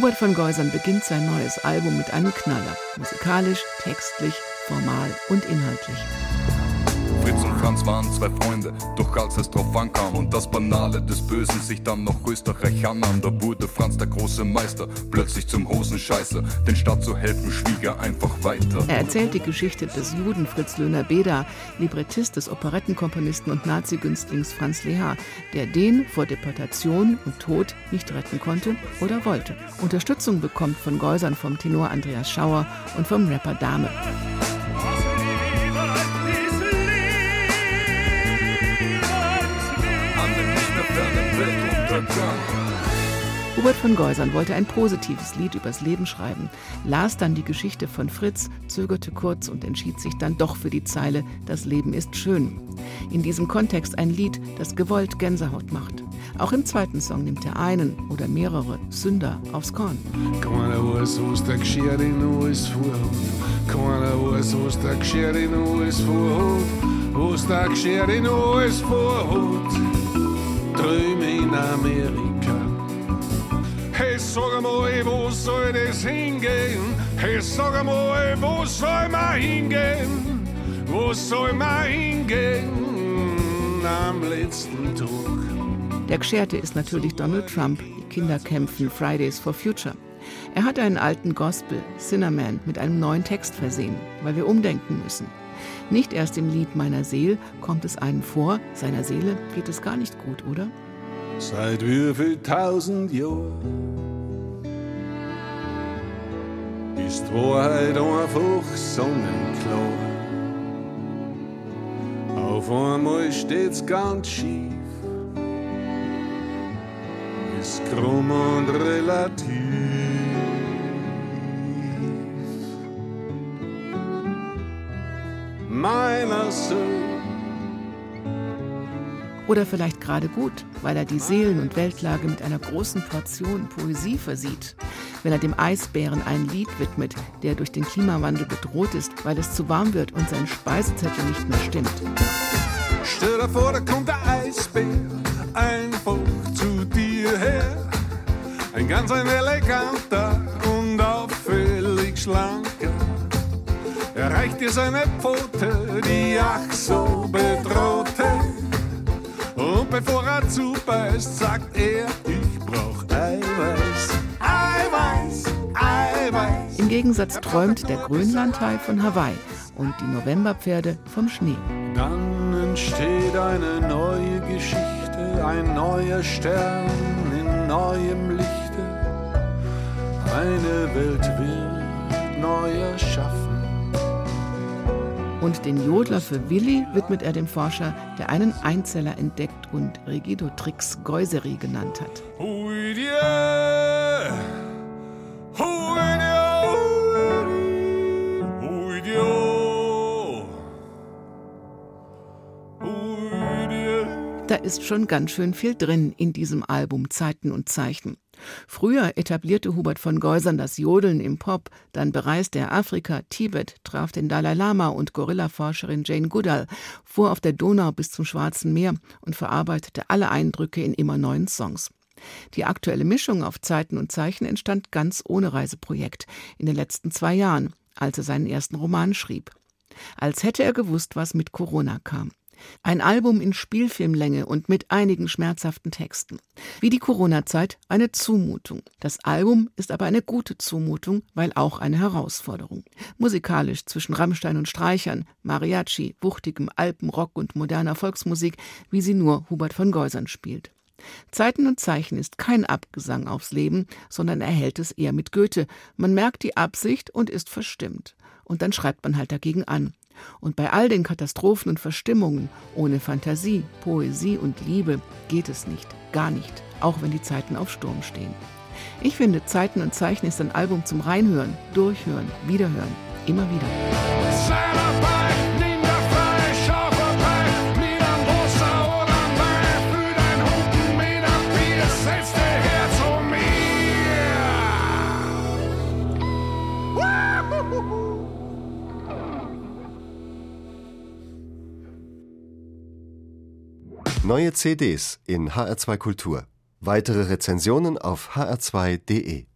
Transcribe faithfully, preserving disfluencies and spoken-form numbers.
Hubert von Geusern beginnt sein neues Album mit einem Knaller. Musikalisch, textlich, formal und inhaltlich. Fritz und Franz waren zwei Freunde, doch als es drauf ankam und das Banale des Bösen sich dann noch Österreich annahm, da wurde Franz der große Meister, plötzlich zum Hosenscheißer, denn statt zu helfen schwieg er einfach weiter. Er erzählt die Geschichte des Juden Fritz Löhner-Beda, Librettist des Operettenkomponisten und Nazi-Günstlings Franz Lehár, der den vor Deportation und Tod nicht retten konnte oder wollte. Unterstützung bekommt von Geusern vom Tenor Andreas Schauer und vom Rapper Dahme. Hubert von Geusern wollte ein positives Lied übers Leben schreiben, las dann die Geschichte von Fritz, zögerte kurz und entschied sich dann doch für die Zeile »Das Leben ist schön«. In diesem Kontext ein Lied, das gewollt Gänsehaut macht. Auch im zweiten Song nimmt er einen oder mehrere Sünder aufs Korn. Keiner weiß, was der Geschirrin alles vorhat. Keiner weiß, was der Geschirrin alles vorhat. Was der Geschirrin alles vorhat. Träume in Amerika. Hey, sag mal, wo soll das hingehen? Hey, sag mal, wo soll man hingehen? Wo soll man hingehen am letzten Tag? Der Gescherte ist natürlich Donald Trump. Die Kinder kämpfen, Fridays for Future. Er hat einen alten Gospel, Sinnerman, mit einem neuen Text versehen, weil wir umdenken müssen. Nicht erst im Lied Meiner Seel kommt es einem vor, seiner Seele geht es gar nicht gut, oder? Seit wie viel tausend Jahren ist die Wahrheit einfach sonnenklar. Auf einmal steht's ganz schief, ist krumm und relativ. Meiner Seele. Oder vielleicht gerade gut, weil er die Seelen- und Weltlage mit einer großen Portion Poesie versieht. Wenn er dem Eisbären ein Lied widmet, der durch den Klimawandel bedroht ist, weil es zu warm wird und sein Speisezettel nicht mehr stimmt. Stell dir vor, da kommt der Eisbär einfach zu dir her. Ein ganz ein eleganter und auffällig schlanker. Er reicht dir seine Pfote, die ach so bedrohte. Und bevor er zubeißt, sagt er, ich brauch Eiweiß, Eiweiß, Eiweiß. Im Gegensatz träumt der Grönlandhai von Hawaii und die Novemberpferde vom Schnee. Dann entsteht eine neue Geschichte, ein neuer Stern in neuem Lichte. Eine Welt wird neu erschaffen. Und den Jodler für Willi widmet er dem Forscher, der einen Einzeller entdeckt und Rigidotrix Geuseri genannt hat. Huidje, huidje, huidje. Da ist schon ganz schön viel drin in diesem Album Zeiten und Zeichen. Früher etablierte Hubert von Geusern das Jodeln im Pop, dann bereiste er Afrika, Tibet, traf den Dalai Lama und Gorillaforscherin Jane Goodall, fuhr auf der Donau bis zum Schwarzen Meer und verarbeitete alle Eindrücke in immer neuen Songs. Die aktuelle Mischung auf Zeiten und Zeichen entstand ganz ohne Reiseprojekt in den letzten zwei Jahren, als er seinen ersten Roman schrieb. Als hätte er gewusst, was mit Corona kam. Ein Album in Spielfilmlänge und mit einigen schmerzhaften Texten. Wie die Corona-Zeit eine Zumutung. Das Album ist aber eine gute Zumutung, weil auch eine Herausforderung. Musikalisch zwischen Rammstein und Streichern, Mariachi, wuchtigem Alpenrock und moderner Volksmusik, wie sie nur Hubert von Geusern spielt. Zeiten und Zeichen ist kein Abgesang aufs Leben, sondern er hält es eher mit Goethe. Man merkt die Absicht und ist verstimmt. Und dann schreibt man halt dagegen an. Und bei all den Katastrophen und Verstimmungen, ohne Fantasie, Poesie und Liebe geht es nicht, gar nicht, auch wenn die Zeiten auf Sturm stehen. Ich finde, Zeiten und Zeichen ist ein Album zum Reinhören, Durchhören, Wiederhören, immer wieder. Neue C Ds in H R zwei Kultur. Weitere Rezensionen auf h r zwei punkt de.